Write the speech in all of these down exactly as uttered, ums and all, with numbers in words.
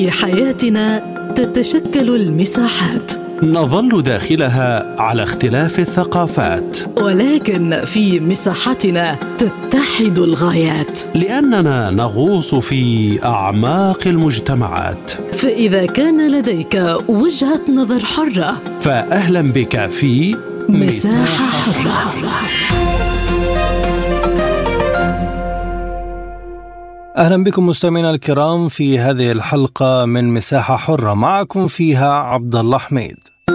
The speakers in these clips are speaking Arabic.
في حياتنا تتشكل المساحات، نظل داخلها على اختلاف الثقافات، ولكن في مساحتنا تتحد الغايات، لأننا نغوص في أعماق المجتمعات. فإذا كان لديك وجهة نظر حرة فأهلا بك في مساحة حرة. أهلا بكم مستمعينا الكرام في هذه الحلقة من مساحة حرة، معكم فيها عبد الله حميد.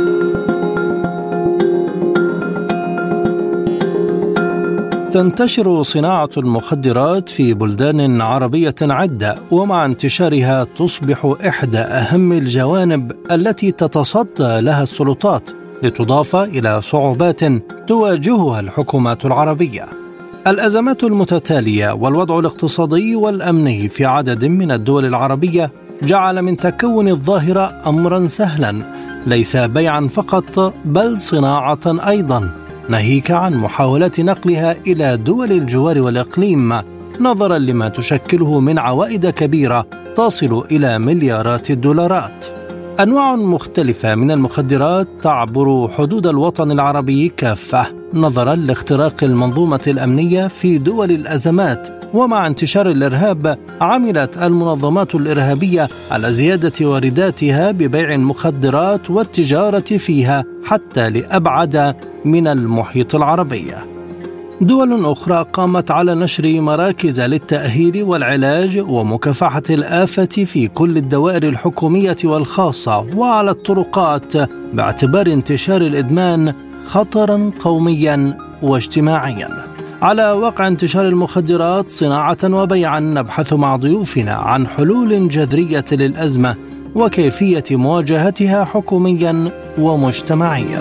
تنتشر صناعة المخدرات في بلدان عربية عدة، ومع انتشارها تصبح إحدى أهم الجوانب التي تتصدى لها السلطات، لتضاف إلى صعوبات تواجهها الحكومات العربية. الأزمات المتتالية والوضع الاقتصادي والأمني في عدد من الدول العربية جعل من تكون الظاهرة أمرا سهلا، ليس بيعا فقط بل صناعة أيضا، ناهيك عن محاولات نقلها إلى دول الجوار والإقليم، نظرا لما تشكله من عوائد كبيرة تصل إلى مليارات الدولارات. أنواع مختلفة من المخدرات تعبر حدود الوطن العربي كافة، نظرا لاختراق المنظومة الأمنية في دول الأزمات. ومع انتشار الإرهاب عملت المنظمات الإرهابية على زيادة وارداتها ببيع المخدرات والتجارة فيها حتى لأبعد من المحيط العربي. دول أخرى قامت على نشر مراكز للتأهيل والعلاج ومكافحة الآفة في كل الدوائر الحكومية والخاصة وعلى الطرقات، باعتبار انتشار الإدمان خطرا قوميا واجتماعيا. على واقع انتشار المخدرات صناعة وبيعا نبحث مع ضيوفنا عن حلول جذرية للأزمة وكيفية مواجهتها حكوميا ومجتمعيا.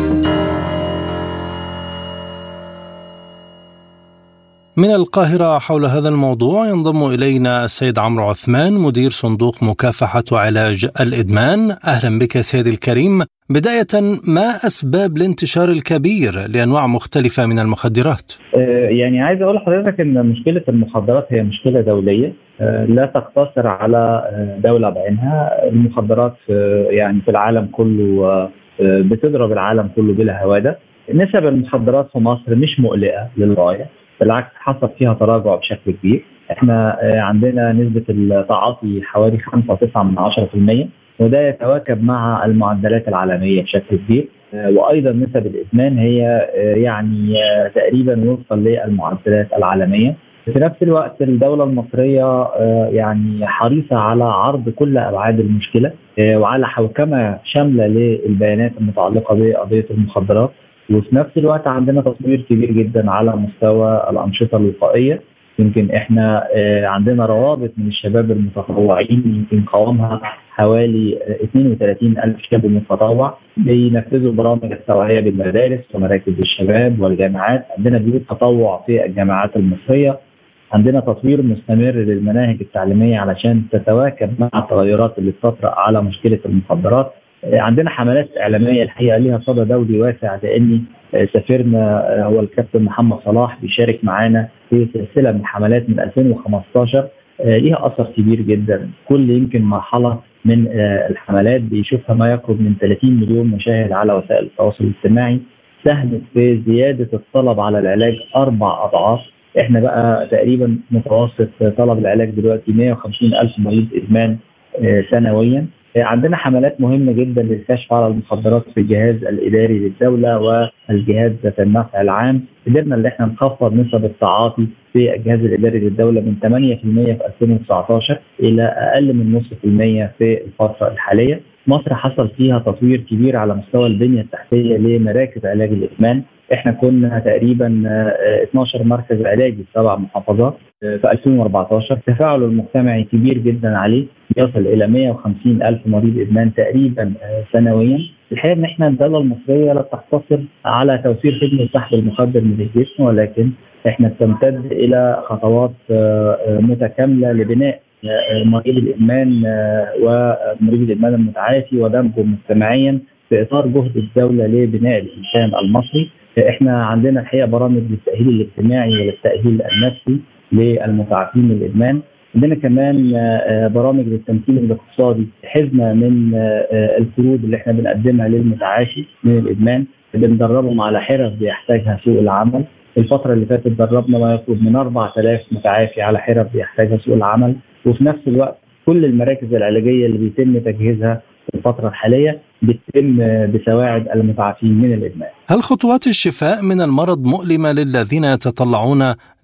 من القاهرة حول هذا الموضوع ينضم إلينا السيد عمرو عثمان، مدير صندوق مكافحة وعلاج الإدمان. أهلا بك سيد الكريم. بداية، ما أسباب الانتشار الكبير لأنواع مختلفة من المخدرات؟ يعني عايز أقول لحضرتك أن مشكلة المخدرات هي مشكلة دولية لا تقتصر على دولة بعينها. المخدرات يعني في العالم كله بتضرب العالم كله بلا هوادة. نسب المخدرات في مصر مش مقلقة للغاية، بالعكس حصل فيها تراجع بشكل كبير. احنا عندنا نسبة التعاطي حوالي خمسة فاصلة تسعة من عشرة بالمئة، وده يتواكب مع المعدلات العالمية بشكل كبير. وأيضا نسب الإدمان هي يعني تقريبا وفقا للمعدلات العالمية. في نفس الوقت الدولة المصرية يعني حريصة على عرض كل أبعاد المشكلة وعلى حوكمة شاملة للبيانات المتعلقة بقضية المخدرات، وفي نفس الوقت عندنا تصوير كبير جدا على مستوى الأنشطة الوقائية. يمكن احنا عندنا روابط من الشباب المتطوعين، يمكن قوامها حوالي اثنين وثلاثين ألف شاب متطوع بينفذوا برامج التوعية بالمدارس ومراكز الشباب والجامعات. عندنا بيوت تطوع في الجامعات المصرية. عندنا تطوير مستمر للمناهج التعليمية علشان تتواكب مع التغيرات اللي بتطرأ على مشكلة المخدرات. عندنا حملات إعلامية الحقيقة ليها صدى دولي واسع، لأن سفيرنا هو الكابتن محمد صلاح بيشارك معانا في سلسلة من حملات من ألفين وخمستاشر ليها أثر كبير جدا. كل يمكن مرحلة من الحملات بيشوفها ما يقرب من ثلاثين مليون مشاهد على وسائل التواصل الاجتماعي، ساهمت في زيادة الطلب على العلاج أربع أضعاف. احنا بقى تقريبا متوسط طلب العلاج دلوقتي مئة وخمسين ألف مريض إدمان سنويا. عندنا حملات مهمة جدا للكشف على المخدرات في الجهاز الإداري للدولة والجهاز ذات النفع العام. قدرنا ان احنا نخفض نسب التعاطي في الجهاز الإداري للدولة من ثمانية بالمئة في ألفين وتسعتاشر إلى أقل من نصف في المية في الفترة الحالية. مصر حصل فيها تطوير كبير على مستوى البنية التحتية لمراكز علاج الإدمان. احنا كنا تقريبا اثناشر مركز علاجي في سبع محافظات في ألفين وأربعتاشر. التفاعل المجتمعي كبير جدا عليه، يصل الى مئة وخمسين ألف مريض ادمان تقريبا سنويا. الحقيقه ان احنا الدوله المصريه لا تقتصر على توفير خدمه سحب المخدر من الجسم، ولكن احنا بتمتد الى خطوات متكامله لبناء مريض الادمان ومريض الادمان المتعافي ودمجه مجتمعيا في اطار جهد الدوله لبناء الانسان المصري. احنا عندنا الحقيقه برامج للتاهيل الاجتماعي وللتاهيل النفسي للمتعافين من الادمان. عندنا كمان برامج للتمكين الاقتصادي، حزمه من القروض اللي احنا بنقدمها للمتعافي من الادمان، بندربهم على حرف بيحتاجها سوق العمل. الفتره اللي فاتت دربنا ما يقرب من أربعة آلاف متعافي على حرف بيحتاجها سوق العمل، وفي نفس الوقت كل المراكز العلاجيه اللي بيتم تجهيزها في الفتره الحاليه بتتم بسواعد المتعافين من الادمان. هل خطوات الشفاء من المرض مؤلمه للذين يتطلعون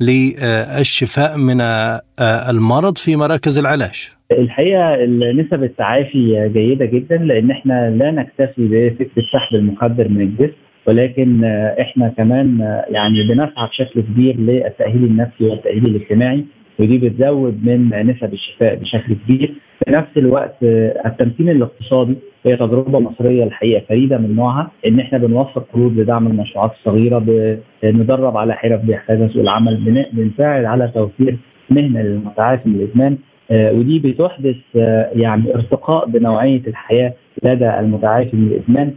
للشفاء من المرض في مراكز العلاج؟ الحقيقه نسب التعافي جيده جدا، لان احنا لا نكتفي بفكره سحب المخدر من الجسم، ولكن احنا كمان يعني بنسعى بشكل كبير للتاهيل النفسي والتاهيل الاجتماعي، ودي بتزود من نسب الشفاء بشكل كبير. في نفس الوقت التمكين الاقتصادي هي تجربه مصريه الحقيقه فريده من نوعها، ان احنا بنوفر قروض لدعم المشروعات الصغيره، بندرب على حرف بيحتاجها سوق العمل، بنساعد على توفير مهنه للمتعافي من الادمان، ودي بتحدث يعني ارتقاء بنوعيه الحياه لدى المتعافي من الادمان،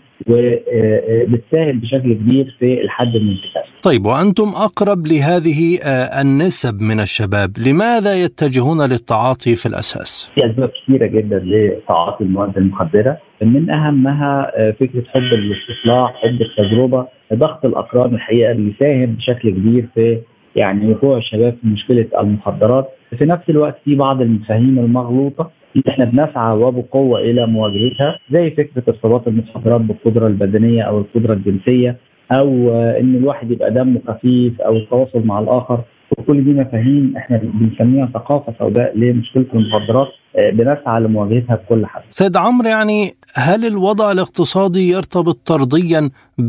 وبتساهم بشكل كبير في الحد من الانتكاسه. طيب، وأنتم أقرب لهذه النسب من الشباب، لماذا يتجهون للتعاطي في الأساس؟ في أسباب كثيرة جدا لتعاطي المواد المخدرة، من أهمها فكرة حب الاستطلاع، حب التجربة، ضغط الأقران الحقيقة بيساهم بشكل كبير في يعني وقوع الشباب في مشكلة المخدرات. في نفس الوقت في بعض المفاهيم المغلوطة اللي احنا بنسعى وبقوة إلى مواجهتها، زي فكرة ارتباط المخدرات بالقدرة البدنية أو القدرة الجنسية، أو إن الواحد يبقى دمه خفيف أو التواصل مع الآخر، وكل دي مفاهيم احنا بنسميها ثقافة سوداء لمشكلة المخدرات، بنسعى لمواجهتها بكل حد. سيد عمرو، يعني هل الوضع الاقتصادي يرتبط طرديا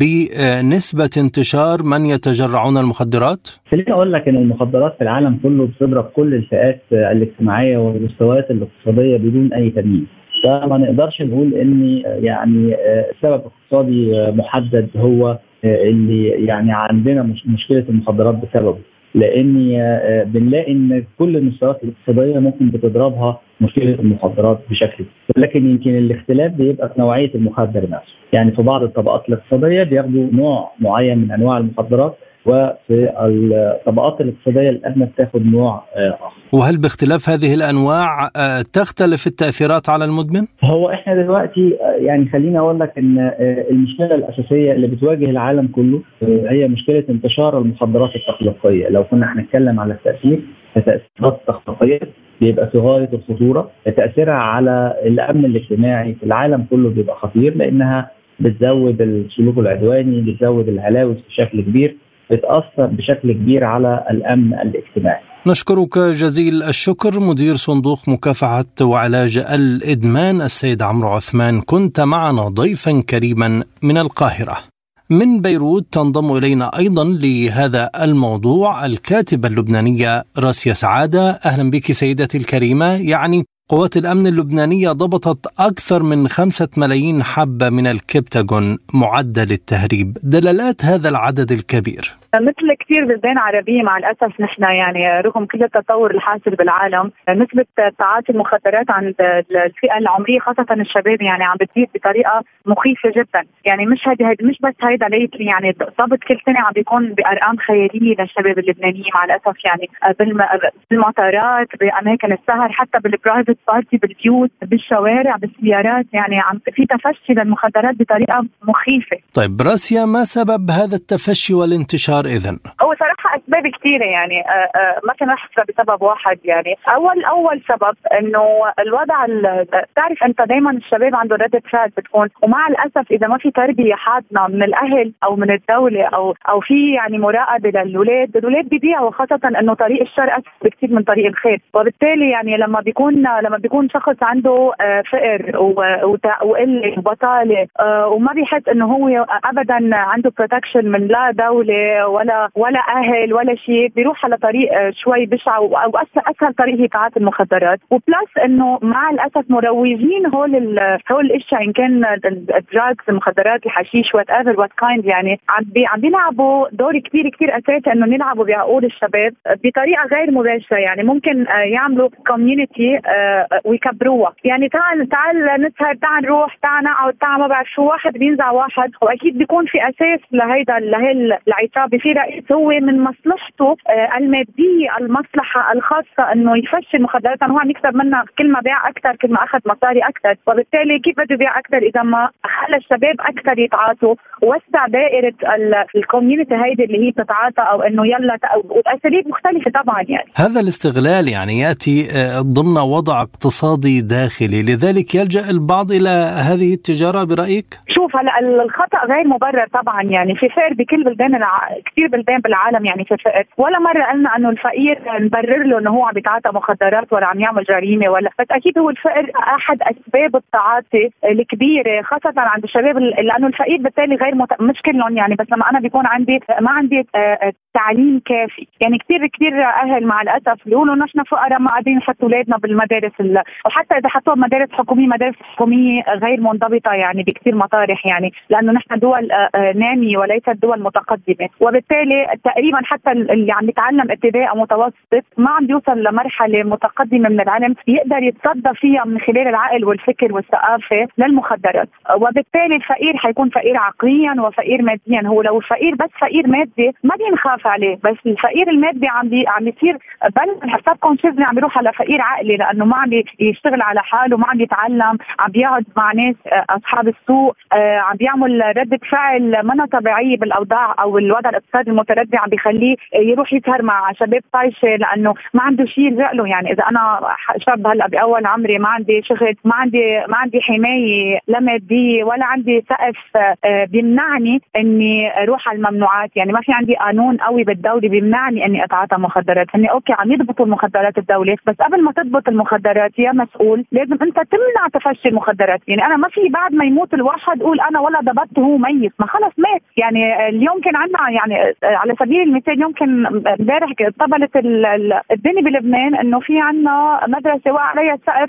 بنسبة انتشار من يتجرعون المخدرات؟ خليني أقول لك إن المخدرات في العالم كله بتضرب كل الفئات الاجتماعية والمستويات الاقتصادية بدون أي تمييز، فما نقدرش نقول إن يعني سبب اقتصادي محدد هو اللي يعني عندنا مش مشكلة المخدرات بسببه، لأن بنلاقي إن كل المستويات الاقتصادية ممكن بتضربها مشكلة المخدرات بشكل، لكن يمكن الاختلاف بيبقى في نوعية المخدر نفسه. يعني في بعض الطبقات الاقتصادية بياخدوا نوع معين من أنواع المخدرات، وفي الطبقات الاقتصادية الأدنى بتاخد نوع آخر. وهل باختلاف هذه الأنواع تختلف التأثيرات على المدمن؟ هو إحنا دلوقتي يعني خليني أقول لك إن المشكلة الأساسية اللي بتواجه العالم كله هي مشكلة انتشار المخدرات التخليقية. لو كنا هنتكلم على التأثير، التأثيرات التخليقية بيبقى في غاية الخطورة. تأثيرها على الأمن الاجتماعي في العالم كله بيبقى خطير، لأنها بتزود السلوك العدواني، بتزود الهلاوس بشكل كبير، بتأثر بشكل كبير على الأمن الاجتماعي. نشكرك جزيل الشكر مدير صندوق مكافحة وعلاج الإدمان السيد عمرو عثمان، كنت معنا ضيفا كريما من القاهرة. من بيروت تنضم إلينا أيضا لهذا الموضوع الكاتبة اللبنانية راسيا سعادة. أهلا بك سيدتي الكريمة. يعني قوات الأمن اللبنانية ضبطت أكثر من خمسة ملايين حبة من الكبتاغون معدة للتهريب، دلالات هذا العدد الكبير؟ مثل كثير بلدان عربية مع الأسف نحن يعني رغم كل التطور الحاصل بالعالم، نسبة تعاطي المخدرات عند الفئة العمرية خاصة الشباب يعني عم بتزيد بطريقة مخيفة جدا. يعني مش هيدا مش بس هيدا ليتلي، يعني ضبط كل سنة عم بيكون بأرقام خيالية للشباب اللبنانيين مع الأسف، يعني بالمطارات، بأماكن السهر، حتى بالبرايفت بارتي، بالبيوت، بالشوارع، بالسيارات، يعني عم في تفشي للمخدرات بطريقة مخيفة. طيب راسيا، ما سبب هذا التفشي والانتشار إذن؟ هو صراحة أسباب كثيرة، يعني ما كان أحسب بسبب واحد. يعني أول أول سبب إنه الوضع، تعرف أنت دايما الشباب عنده ردة فعل بتكون، ومع الأسف إذا ما في تربية حاضنة من الأهل أو من الدولة أو أو في يعني مراقبة للولاد، الولاد بيضيعوا، خاصة إنه طريق الشر أسهل بكثير من طريق الخير. وبالتالي يعني لما بيكون لما بيكون شخص عنده فقر وقلة وبطالة وما بيحس إنه هو أبدا عنده بروتكشن من لا دولة ولا ولا أهل ولا شيء، بيروح على طريق شوي بشع أو أسهل طريق هي تعاطي المخدرات. وبلس إنه مع الأسف مروجين هول هول الأشياء، إن كان الدراجز، المخدرات، الحشيش، وات ايفر وات كايند، يعني عم بي عم بيلعبوا دور كتير كتير أساسي إنه يلعبوا بعقول الشباب بطريقة غير مباشرة. يعني ممكن يعملوا كوميونيتي ويكبروها، يعني تعال تعال نسهر، تعال نروح، تعال نقعد، تعال ما بعرف شو، واحد بينزع واحد، وأكيد بيكون في أساس لهيدا لهي العصابة، في رئيس هو من لمصلحته الماديه، المصلحه الخاصه انه يفشل مخدرات، انه هو عم يكسب منها كل ما بيع اكثر، كل ما اخذ مصاري اكثر، وبالتالي كيف بده يبيع اكثر اذا ما خلى الشباب اكثر يتعاطوا ووسع دائره الكوميونتي هيدي اللي هي بتتعاطى، او انه يلا واساليب مختلفه طبعا. يعني هذا الاستغلال يعني ياتي ضمن وضع اقتصادي داخلي، لذلك يلجأ البعض الى هذه التجاره برايك؟ شوف هلا الخطا غير مبرر طبعا، يعني في فقر بكل بلدان الع... كثير بلدان بالعالم، يعني في فقر، ولا مره قلنا انه الفقير نبرر له انه هو عم يتعاطى مخدرات ولا عم يعمل جريمه، ولا بس اكيد هو الفقر احد اسباب التعاطي الكبيره خاصه عند الشباب، لانه الفقير بالتالي غير مت... مش كلهم يعني، بس لما انا بيكون عندي ما عندي تعليم كافي، يعني كثير كثير اهل مع الاسف بيقولوا نحن فقراء ما قادرين نحط اولادنا بالمدارس ال... وحتى اذا حطوها مدارس حكوميه، مدارس حكوميه غير منضبطه يعني بكثير مطارح، يعني لانه نحن دول ناميه وليست دول متقدمه، وبالتالي تقريبا حتى اللي عم يتعلم ابتدائي او متوسط ما عم يوصل لمرحله متقدمه من العلم يقدر يتصدى فيها من خلال العقل والفكر والثقافه للمخدرات، وبالتالي الفقير حيكون فقير عقليا وفقير ماديا. هو لو الفقير بس فقير مادي ما بينخاف عليه، بس الفقير المادي عم بي عم يصير بل حساب كونشيزني عم يروح على فقير عقلي، لانه ما عم يشتغل على حاله، ما عم يتعلم، عم بيقعد مع ناس اصحاب السوق، عم بيعمل ردة فعل ما طبيعيه بالاوضاع او الوضع الاقتصادي المتردي، عم بيخليه يروح يسهر مع شباب طايشه لانه ما عنده شيء يلجأ له. يعني اذا انا شاب هلا باول عمري ما عندي شغل، ما عندي ما عندي حمايه لا ماديه ولا عندي سقف بيمنعني اني اروح على الممنوعات، يعني ما في عندي قانون قوي بالدوله بيمنعني اني اتعاطى مخدرات. هني اوكي عم يضبطوا المخدرات الدوله، بس قبل ما تضبط المخدرات يا مسؤول لازم انت تمنع تفشي المخدرات. يعني انا ما في بعد ما يموت الواحد اقول انا ولا ضبطته هو ميت، ما خلص مات. يعني اليوم كان عندنا يعني على سبيل المثال يمكن امبارح طبلت الدنيا بلبنان انه في عندنا مدرسه وقع عليها سقف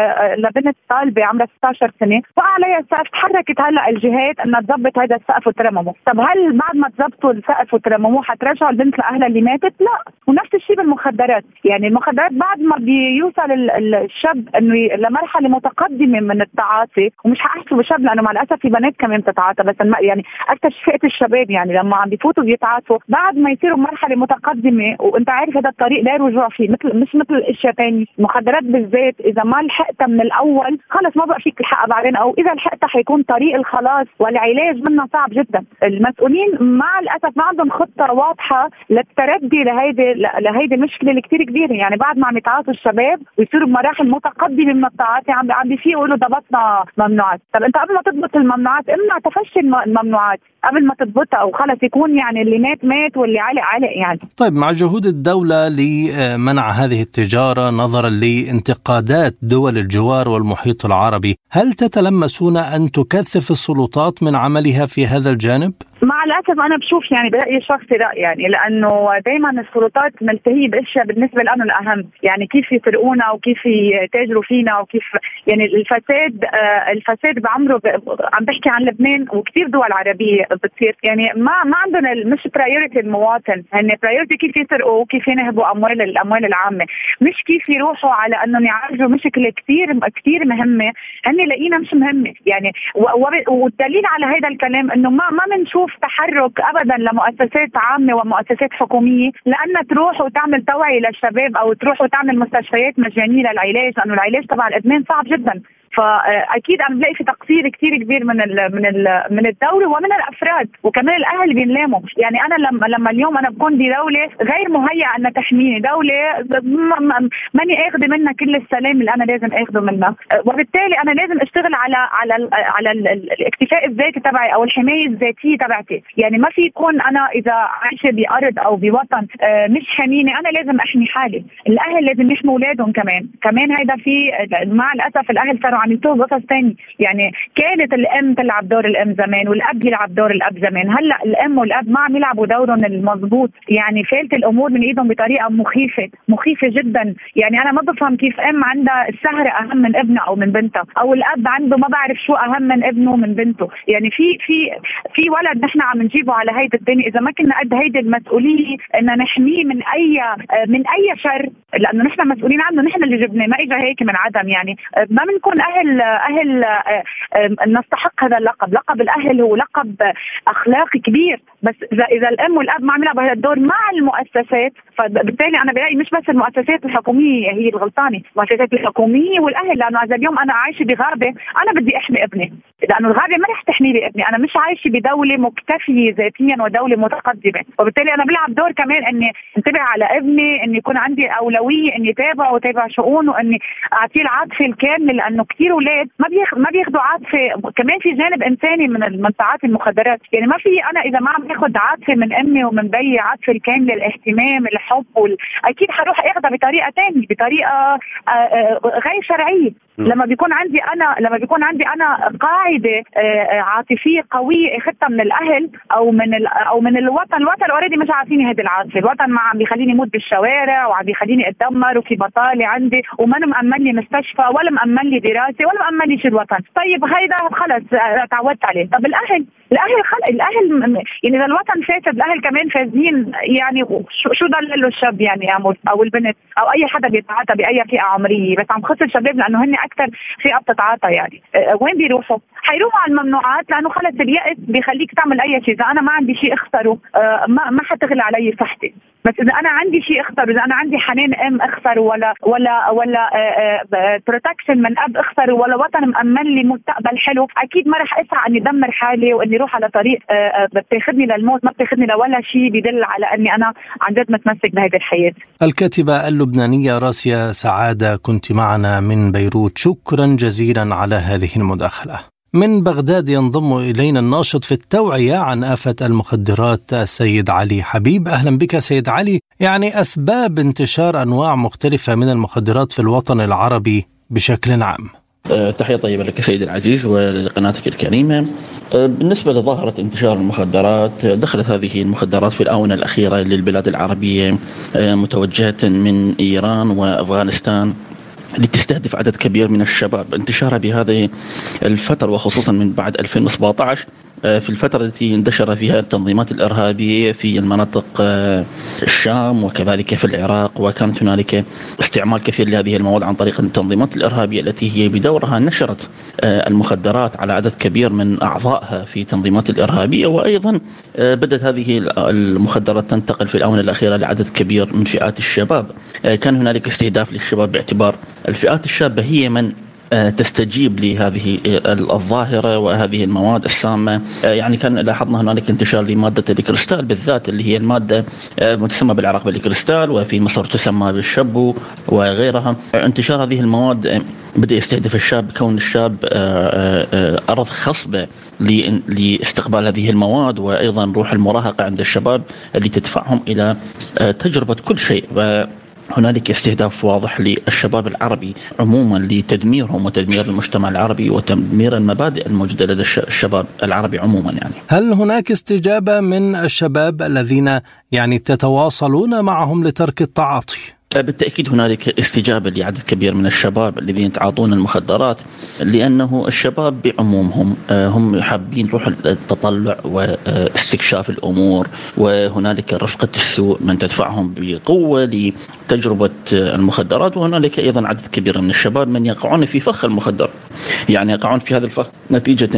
لبنت طالبه عمرها ستة عشر سنه، وقع عليها السقف، تحركت هلا الجهات انها تضبط هذا السقف وترممه. طب هل بعد ما تضبطوا السقف وترمموه حترجعوا البنت لاهلها اللي ماتت؟ لا. ونفس الشيء بالمخدرات، يعني المخدرات بعد ما بيوصل الشاب انه لمرحله متقدمه من التعاطي، ومش حاحسب بالشاب لانه مع الاسف في بنات كمان بتتعاطى، بس يعني اكثر فئه الشباب يعني لما عم بيفوتوا بيتعاطوا بعد ما يصيروا مرحله متقدمه، وانت عارف هذا الطريق لا رجوع فيه، مثل مش مثل الاشياء ثانيه، المخدرات بالذات اذا ما لحقتها من الاول خلص ما بقى فيك تلحقها بعدين، او اذا لحقتها حيكون طريق الخلاص والعلاج منها صعب جدا. المسؤولين مع الاسف ما عندهم خطه واضحه للتردي لهيدي لهيدي المشكله اللي كثير كبيره، يعني بعد ما عم يتعاطوا الشباب ويصيروا بمراحل متقدمه من التعاطي عم عم بيفيقوا يقولوا ضبطنا ممنوعات. طب انت قبل ما تضبط الممنوعات امنع تفشي الممنوعات قبل ما تضبطها، وخلص يكون يعني اللي مات مات واللي علق علق. يعني طيب مع جهود الدولة لمنع هذه التجارة نظرا لانتقادات دول الجوار والمحيط العربي، هل تتلمسون أن تكثف السلطات من عملها في هذا الجانب؟ مع الاسف انا بشوف يعني برايي الشخصي لا، يعني لانه دائما السلطات ملتهيه باشياء بالنسبه لهم الاهم، يعني كيف يسرقونا وكيف يتاجروا فينا وكيف يعني الفساد آه الفساد بعمره عم بحكي عن لبنان وكثير دول عربيه بتصير، يعني ما ما عندهم مش برايورتي المواطن، هن برايورتي كيف يسرقوا وكيف ينهبوا اموال الاموال العامه، مش كيف يروحوا على انهم يعالجوا مشكله كثير كثير مهمه هن لاقينا مش مهمه. يعني والدليل على هذا الكلام انه ما ما بنشوف تحرك ابدا لمؤسسات عامه ومؤسسات حكوميه لان تروح وتعمل توعيه للشباب او تروح وتعمل مستشفيات مجانيه للعلاج، لانه العلاج تبع الادمان صعب جدا. فاكيد عم بلاقي في تقصير كثير كبير من ال من ال من الدوله ومن الافراد وكمان الاهل بينلاموا. يعني انا لما لما اليوم انا بكون بدوله غير مهيئه ان تحميني، دوله ماني اخذه منها كل السلام اللي انا لازم اخذه منها، وبالتالي انا لازم اشتغل على على ال على ال الاكتفاء الذاتي تبعي او الحمايه الذاتيه تبعتي. يعني ما في يكون انا اذا عايشه بارض او بوطن مش حاميني انا لازم احمي حالي، الاهل لازم يحموا اولادهم كمان كمان هيدا في مع الاسف الاهل صاروا عم يسووا قصص ثانيه. يعني كانت الام تلعب دور الام زمان والاب يلعب دور الاب زمان، هلا الام والاب ما عم يلعبوا دورهم المضبوط، يعني فالت الامور من ايدهم بطريقه مخيفه مخيفه جدا. يعني انا ما بفهم كيف ام عندها السهره اهم من ابنها او من بنتها، او الاب عنده ما بعرف شو اهم من ابنه ومن بنته. يعني في في في ولد نحن عم نجيبه على هيدي الدنيا اذا ما كنا قد هيدي المسؤوليه ان نحميه من اي من اي شر، لانه نحن مسؤولين عنه، نحن اللي جبناه ما اجى هيك من عدم. يعني ما بنكون اهل اهل نستحق هذا اللقب. لقب الاهل هو لقب اخلاقي كبير، بس اذا اذا الام والاب ما عم يلعبوا هذا الدور مع المؤسسات، فبالتالي انا برايي مش بس المؤسسات الحكوميه هي الغلطانه، المؤسسات الحكوميه والاهل، لانه اذا اليوم انا عايشه بغابه انا بدي احمي ابني، لانه الغابه ما رح تحمي لي ابني، انا مش عايشه بدوله مكتفيه ذاتيا ودوله متقدمه، وبالتالي انا بلعب دور كمان اني انتبه على ابني، اني يكون عندي اولويه اني تابعه وتابع شؤونه، اني اعطيه العاطفه الكامله، لانه كثير اولاد ما بياخ ما بياخذوا عاطفه. كمان في جانب انساني من المنفعات المخدرات، يعني ما في انا اذا ما عم باخذ عاطفه من امي ومن بيي، عاطفه الكامله، الاهتمام، الحب وال... اكيد حروح اخذها بطريقه ثانيه، بطريقه غير شرعيه. لما بيكون عندي انا لما بيكون عندي انا قاعده عاطفيه قويه اخذتها من الاهل او من ال... او من الوطن، الوطن اوريدي مش عاطيني هذه العاطفه، الوطن ما عم بيخليني اموت بالشوارع وعم بيخليني اتدمر وفي بطاله عندي وما مأمن لي مستشفى ولا مأمن لي دراسه ولا مأمن لي شيء الوطن. طيب هيدا خلص تعودت عليه. طب الاهل الاهل خل... الاهل يعني اذا الوطن فاسد الاهل كمان فاسدين، يعني شو شو ضل له الشاب يعني يعمل او البنت او اي حدا بيتعاطى باي فئه عمريه، بس عم خص الشباب لانه هن اكثر فئه بتتعاطى. يعني أه وين بيروحوا؟ حيروحوا على الممنوعات، لانه خلص اليأس بيخليك تعمل اي شيء. اذا انا ما عندي شيء اخسره أه ما ما حتغلى علي صحتي، بس اذا انا عندي شيء اخسر، اذا انا عندي حنان ام اخسر ولا ولا ولا بروتكشن من اب اخسر ولا وطن مأمن لي مستقبل حلو، اكيد ما رح اسعى اني ادمر حالي واني اروح على طريق بتاخذني للموت، ما بتاخذني لولا شيء بيدل على اني انا عن جد متمسك بهذه الحياه. الكاتبه اللبنانيه راسيا سعاده كنت معنا من بيروت، شكرا جزيلا على هذه المداخله. من بغداد ينضم إلينا الناشط في التوعية عن آفة المخدرات السيد علي حبيب. أهلا بك سيد علي. يعني أسباب انتشار أنواع مختلفة من المخدرات في الوطن العربي بشكل عام. تحية طيبة لك سيد العزيز ولقناتك الكريمة. بالنسبة لظاهرة انتشار المخدرات، دخلت هذه المخدرات في الآونة الأخيرة للبلاد العربية متوجهة من إيران وأفغانستان لتستهدف عدد كبير من الشباب. انتشارها بهذه الفترة وخصوصا من بعد ألفين وسبعة عشر في الفترة التي انتشر فيها التنظيمات الإرهابية في المناطق الشام وكذلك في العراق، وكانت هنالك استعمال كثير لهذه المواد عن طريق التنظيمات الإرهابية التي هي بدورها نشرت المخدرات على عدد كبير من أعضائها في تنظيمات الإرهابية. وأيضا بدأت هذه المخدرات تنتقل في الآونة الأخيرة لعدد كبير من فئات الشباب. كان هنالك استهداف للشباب باعتبار الفئات الشابة هي من تستجيب لهذه الظاهرة وهذه المواد السامة. يعني كان لاحظنا هنالك انتشار لمادة الكريستال بالذات، اللي هي المادة متسمى بالعراق بالكريستال وفي مصر تسمى بالشبو وغيرها. انتشار هذه المواد بدأ يستهدف الشاب، كون الشاب أرض خصبة لاستقبال هذه المواد، وأيضا روح المراهقة عند الشباب اللي تدفعهم إلى تجربة كل شيء. هنالك استهداف واضح للشباب العربي عموما لتدميرهم وتدمير المجتمع العربي وتدمير المبادئ الموجودة لدى الشباب العربي عموما. يعني هل هناك استجابة من الشباب الذين يعني تتواصلون معهم لترك التعاطي؟ بالتأكيد هنالك استجابة لعدد كبير من الشباب الذين يتعاطون المخدرات، لأنه الشباب بعمومهم هم حابين روح التطلع واستكشاف الأمور، وهنالك رفقة السوء من تدفعهم بقوة لتجربة المخدرات. وهنالك أيضا عدد كبير من الشباب من يقعون في فخ المخدر، يعني يقعون في هذا الفخ نتيجة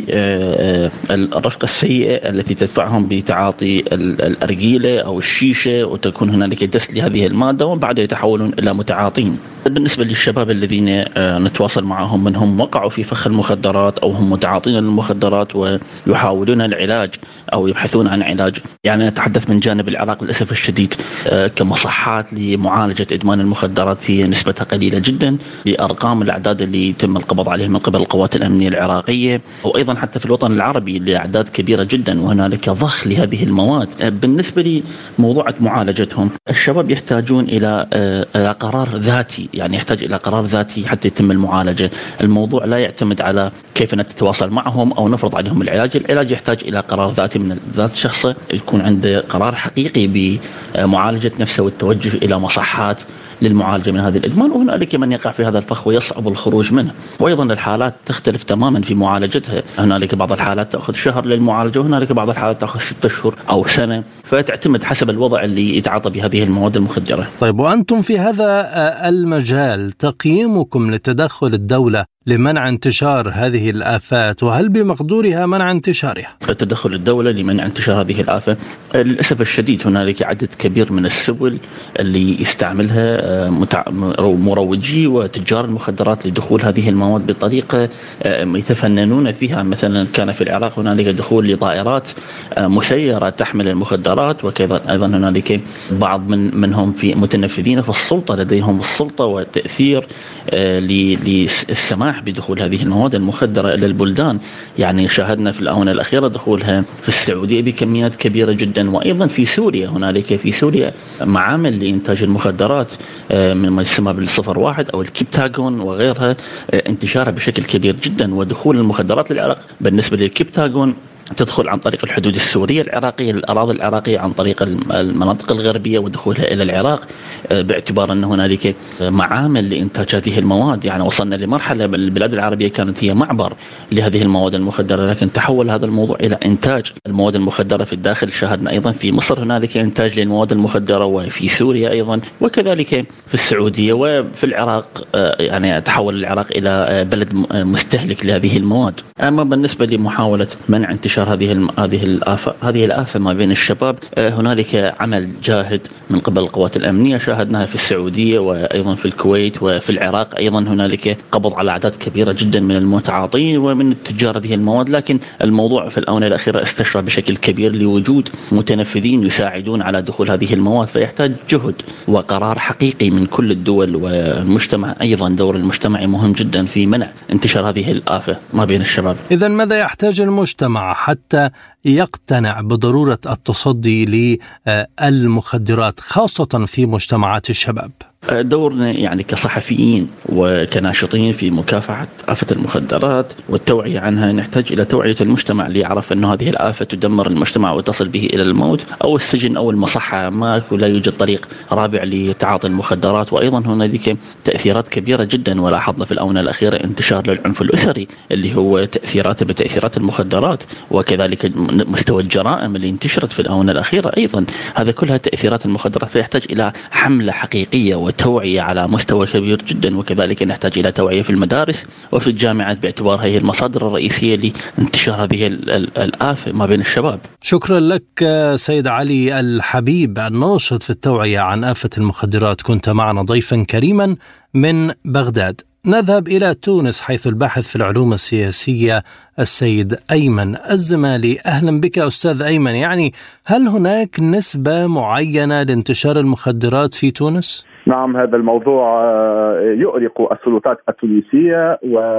للرفقة السيئة التي تدفعهم بتعاطي الأرجيلة أو الشيشة، وتكون هنالك دس لهذه المادة بعد يتحولون إلى متعاطين. بالنسبة للشباب الذين نتواصل معهم منهم وقعوا في فخ المخدرات أو هم متعاطين للمخدرات ويحاولون العلاج أو يبحثون عن علاج، يعني نتحدث من جانب العراق للأسف الشديد كمصحات لمعالجة إدمان المخدرات هي نسبتها قليلة جدا بأرقام الأعداد اللي تم القبض عليهم من قبل القوات الأمنية العراقية، وأيضا حتى في الوطن العربي لأعداد كبيرة جدا، وهنالك ضخ لهذه المواد. بالنسبة لموضوع معالجتهم، الشباب يحتاجون إلى إلى قرار ذاتي، يعني يحتاج إلى قرار ذاتي حتى يتم المعالجة. الموضوع لا يعتمد على كيف نتواصل معهم أو نفرض عليهم العلاج. العلاج يحتاج إلى قرار ذاتي من ذات شخصه، يكون عنده قرار حقيقي بمعالجة نفسه والتوجه إلى مصحات للمعالجة من هذا الإدمان. وهنالك من يقع في هذا الفخ ويصعب الخروج منه، وأيضا الحالات تختلف تماما في معالجتها. هنالك بعض الحالات تأخذ شهر للمعالجة، وهنالك بعض الحالات تأخذ ستة أشهر أو سنة، فتعتمد حسب الوضع اللي يتعاطى بهذه المواد المخدرة. طيب، وأنتم في هذا المجال تقييمكم لتدخل الدولة لمنع انتشار هذه الآفات، وهل بمقدورها منع انتشارها؟ تدخل الدولة لمنع انتشار هذه الآفة للأسف الشديد هنالك عدد كبير من السبل اللي يستعملها مروجي وتجار المخدرات لدخول هذه المواد بطريقة يتفننون فيها. مثلا كان في العراق هنالك دخول لطائرات مسيرة تحمل المخدرات، وكذا أيضا هنالك بعض من منهم في متنفذين في السلطة لديهم السلطة والتأثير للسماح بدخول هذه المواد المخدرة إلى البلدان. يعني شاهدنا في الآونة الأخيرة دخولها في السعودية بكميات كبيرة جدا، وأيضا في سوريا هنالك في سوريا معامل لإنتاج المخدرات من ما يسمى بالصفر واحد أو الكيبتاغون وغيرها، انتشارها بشكل كبير جدا. ودخول المخدرات للعراق بالنسبة للكيبتاغون تدخل عن طريق الحدود السورية العراقية، الأراضي العراقية، عن طريق المناطق الغربية ودخولها إلى العراق، باعتبار أن هنالك معامل لإنتاج هذه المواد. يعني وصلنا لمرحلة البلاد العربية كانت هي معبر لهذه المواد المخدرة، لكن تحول هذا الموضوع إلى إنتاج المواد المخدرة في الداخل. شاهدنا أيضا في مصر هنالك إنتاج للمواد المخدرة، وفي سوريا أيضا، وكذلك في السعودية وفي العراق. يعني تحول العراق إلى بلد مستهلك لهذه المواد. أما بالنسبة لمحاولة منع انتشار هذه هذه الآفة هذه الآفة ما بين الشباب، هنالك عمل جاهد من قبل القوات الأمنية شاهدناها في السعودية وأيضا في الكويت وفي العراق. أيضا هنالك قبض على أعداد كبيرة جدا من المتعاطين ومن التجار هذه المواد، لكن الموضوع في الآونة الأخيرة استشرى بشكل كبير لوجود متنفذين يساعدون على دخول هذه المواد، فيحتاج جهد وقرار حقيقي من كل الدول والمجتمع. أيضا دور المجتمع مهم جدا في منع انتشار هذه الآفة ما بين الشباب. إذن ماذا يحتاج المجتمع حتى يقتنع بضرورة التصدي للمخدرات خاصة في مجتمعات الشباب؟ دورنا يعني كصحفيين وكناشطين في مكافحة آفة المخدرات والتوعية عنها، نحتاج إلى توعية المجتمع ليعرف أن هذه الآفة تدمر المجتمع وتصل به إلى الموت أو السجن أو المصحة. ما لا يوجد طريق رابع لتعاطي المخدرات. وأيضا هنالك تأثيرات كبيرة جدا، ولاحظنا في الآونة الأخيرة انتشار للعنف الأسري اللي هو تأثيراته بتأثيرات المخدرات، وكذلك مستوى الجرائم اللي انتشرت في الآونة الأخيرة أيضا، هذا كلها تأثيرات المخدرات. فيحتاج إلى حملة حقيقية توعية على مستوى كبير جدا، وكذلك نحتاج إلى توعية في المدارس وفي الجامعات باعتبارها هي المصادر الرئيسية لانتشار هذه الآفة ما بين الشباب. شكرا لك سيد علي الحبيب الناشط في التوعية عن آفة المخدرات، كنت معنا ضيفا كريما من بغداد. نذهب إلى تونس حيث الباحث في العلوم السياسية السيد أيمن الزمالي. أهلا بك أستاذ أيمن. يعني هل هناك نسبة معينة لانتشار المخدرات في تونس؟ نعم، هذا الموضوع يؤرق السلطات التونسية،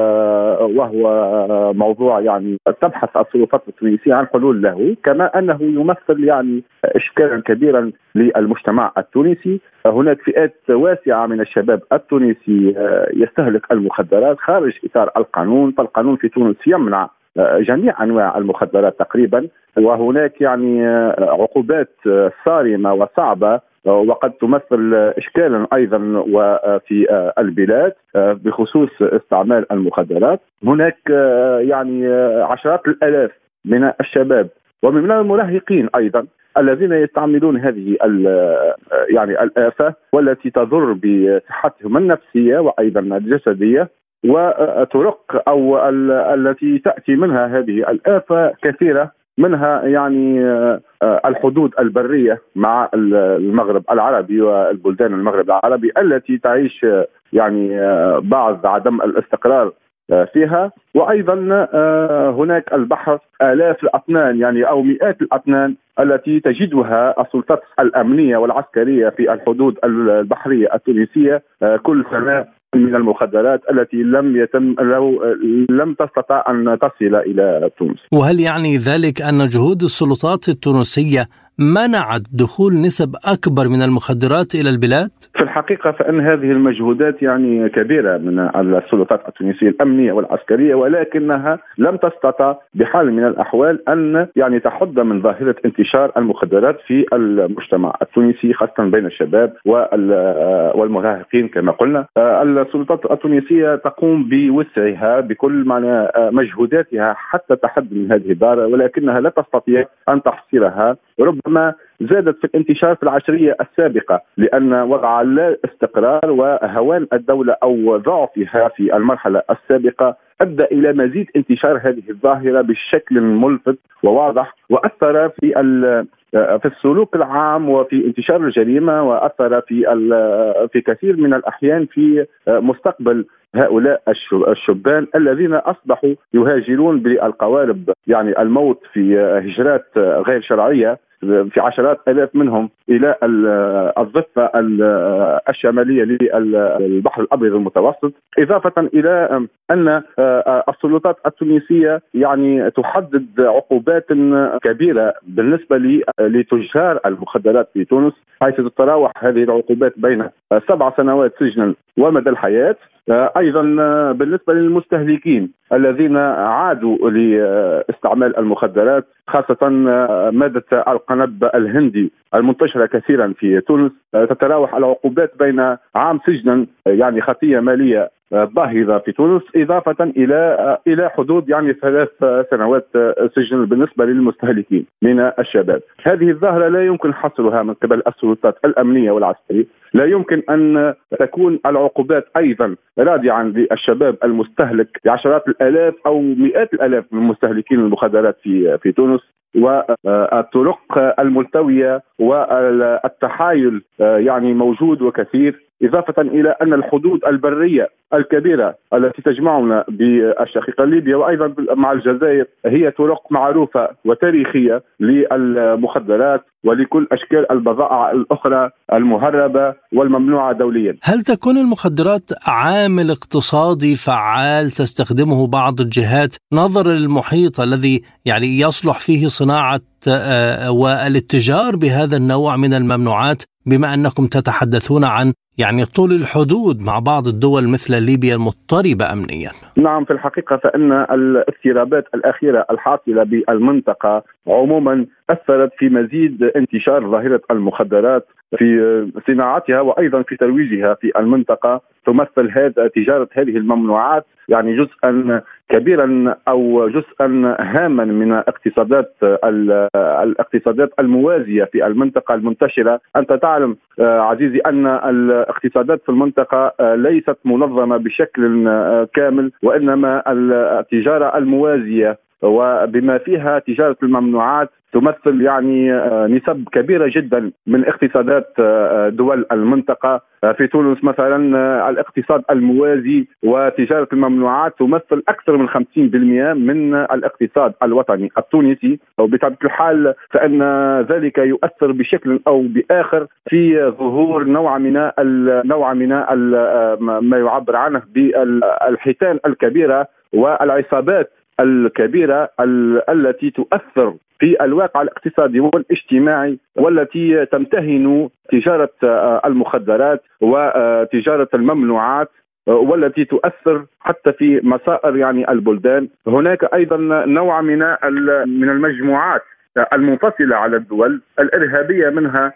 وهو موضوع يعني تبحث السلطات التونسية عن حلول له، كما أنه يمثل يعني إشكالا كبيرا للمجتمع التونسي. هناك فئات واسعة من الشباب التونسي يستهلك المخدرات خارج إطار القانون، فالقانون في تونس يمنع جميع أنواع المخدرات تقريبا، وهناك يعني عقوبات صارمة وصعبة وقد تمثل إشكالا أيضا وفي البلاد بخصوص استعمال المخدرات. هناك يعني عشرات الآلاف من الشباب ومن المراهقين أيضا الذين يستعملون هذه يعني الآفة، والتي تضر بصحتهم النفسية وأيضا الجسدية، وترق أو التي تأتي منها هذه الآفة كثيرة، منها يعني الحدود البرية مع المغرب العربي والبلدان المغرب العربي التي تعيش يعني بعض عدم الاستقرار فيها. وأيضا هناك البحث آلاف الأطنان يعني أو مئات الأطنان التي تجدها السلطات الأمنية والعسكرية في الحدود البحرية التونسية كل سنة من المخدرات التي لم يتم لو لم تستطع أن تصل إلى تونس. وهل يعني ذلك أن جهود السلطات التونسية منعت دخول نسب أكبر من المخدرات إلى البلاد؟ في الحقيقة فإن هذه المجهودات يعني كبيرة من السلطات التونسية الأمنية والعسكرية، ولكنها لم تستطع بحال من الأحوال أن يعني تحد من ظاهرة انتشار المخدرات في المجتمع التونسي خاصة بين الشباب والمراهقين. كما قلنا السلطات التونسية تقوم بوسعها بكل معنى مجهوداتها حتى تحد من هذه الظاهرة، ولكنها لا تستطيع أن تحصرها. ربما ربما زادت في الانتشار في العشرية السابقة، لأن وضع لا استقرار وهوان الدولة أو ضعفها في المرحلة السابقة أدى إلى مزيد انتشار هذه الظاهرة بشكل ملفت وواضح، وأثر في في السلوك العام وفي انتشار الجريمة، وأثر في في كثير من الأحيان في مستقبل هؤلاء الشبان الذين أصبحوا يهاجرون بالقوارب، يعني الموت في هجرات غير شرعية، في عشرات آلاف منهم إلى الضفة الشمالية للبحر الأبيض المتوسط، إضافة إلى أن السلطات التونسية يعني تحدد عقوبات كبيرة بالنسبة لتجار المخدرات في تونس، حيث تتراوح هذه العقوبات بين سبع سنوات سجنا ومدى الحياة. أيضا بالنسبة للمستهلكين الذين عادوا لاستعمال المخدرات، خاصة مادة القنب الهندي المنتشرة كثيرا في تونس، تتراوح العقوبات بين عام سجنا يعني خطية مالية باهظة في تونس، إضافة إلى إلى حدود يعني ثلاث سنوات سجن بالنسبة للمستهلكين من الشباب. هذه الظاهرة لا يمكن حصرها من قبل السلطات الأمنية والعسكرية، لا يمكن أن تكون العقوبات أيضا رادعا للشباب المستهلك بعشرات الآلاف أو مئات الآلاف من مستهلكين المخدرات في في تونس، والطرق الملتوية والتحايل يعني موجود وكثير، إضافة إلى أن الحدود البرية الكبيرة التي تجمعنا بالشقيقة ليبيا وأيضا مع الجزائر هي طرق معروفة وتاريخية للمخدرات ولكل أشكال البضائع الأخرى المهربة والممنوعة دوليا. هل تكون المخدرات عامل اقتصادي فعال تستخدمه بعض الجهات نظرا للمحيط الذي يعني يصلح فيه صناعة والاتجار بهذا النوع من الممنوعات، بما أنكم تتحدثون عن يعني طول الحدود مع بعض الدول مثل ليبيا المضطربة أمنيا؟ نعم، في الحقيقة فإن الاضطرابات الأخيرة الحاصلة بالمنطقة عموما أثرت في مزيد انتشار ظاهرة المخدرات في صناعتها وأيضا في ترويجها في المنطقة. تمثل هذا تجارة هذه الممنوعات يعني جزءا كبيرا أو جزءا هاما من اقتصادات الاقتصادات الموازية في المنطقة المنتشرة. أنت تعلم عزيزي أن الاقتصادات في المنطقة ليست منظمة بشكل كامل، وإنما التجارة الموازية وبما فيها تجارة الممنوعات تمثل يعني نسب كبيرة جدا من اقتصادات دول المنطقة. في تونس مثلا الاقتصاد الموازي وتجارة الممنوعات تمثل أكثر من خمسين بالمئة من الاقتصاد الوطني التونسي، وبطبيعة الحال فإن ذلك يؤثر بشكل أو بآخر في ظهور نوع من نوع من ما يعبر عنه بالحيتان الكبيرة والعصابات الكبيرة التي تؤثر في الواقع الاقتصادي والاجتماعي، والتي تمتهن تجارة المخدرات وتجارة الممنوعات، والتي تؤثر حتى في مصائر يعني البلدان. هناك أيضا نوع من من المجموعات المنفصلة على الدول الإرهابية منها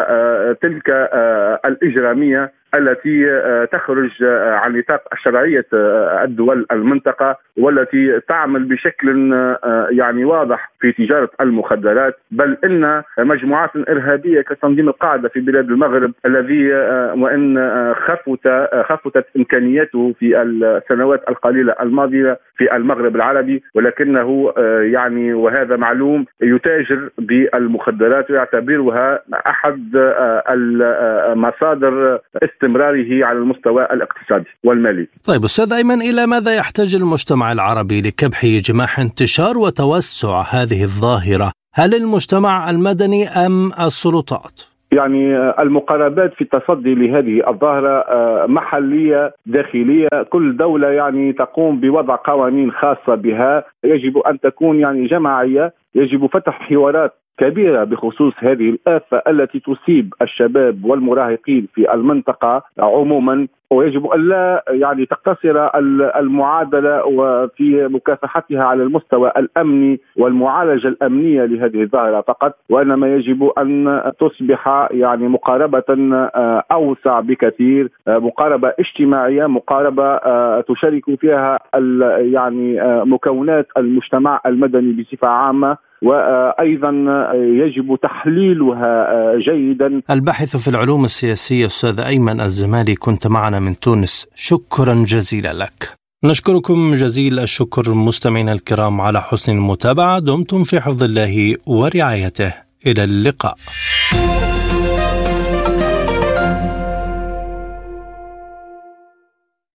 وتلك الإجرامية التي تخرج عن نطاق شرعية الدول المنطقة، والتي تعمل بشكل يعني واضح في تجارة المخدرات. بل إن مجموعات إرهابية كتنظيم القاعدة في بلاد المغرب الذي وإن خفت خفتت إمكانياته في السنوات القليلة الماضية في المغرب العربي، ولكنه يعني وهذا معلوم يتاجر بالمخدرات ويعتبرها أحد المصادر استمراره على المستوى الاقتصادي والمالي. طيب أستاذ أيمن، إلى ماذا يحتاج المجتمع العربي لكبح جماح انتشار وتوسع هذه الظاهرة؟ هل المجتمع المدني أم السلطات؟ يعني المقاربات في التصدي لهذه الظاهرة محلية داخلية، كل دولة يعني تقوم بوضع قوانين خاصة بها، يجب أن تكون يعني جماعية، يجب فتح حوارات كبيرة بخصوص هذه الآفة التي تصيب الشباب والمراهقين في المنطقة عموما، ويجب أن لا يعني تقتصر المعادلة وفي مكافحتها على المستوى الأمني والمعالجة الأمنية لهذه الظاهرة فقط، وإنما يجب أن تصبح يعني مقاربة أوسع بكثير، مقاربة اجتماعية، مقاربة تشارك فيها يعني مكونات المجتمع المدني بصفة عامة، وأيضا يجب تحليلها جيدا. الباحث في العلوم السياسية أستاذ أيمن الزمالي، كنت معنا من تونس، شكرا جزيلا لك. نشكركم جزيل الشكر مستمعينا الكرام على حسن المتابعة. دمتم في حفظ الله ورعايته، إلى اللقاء.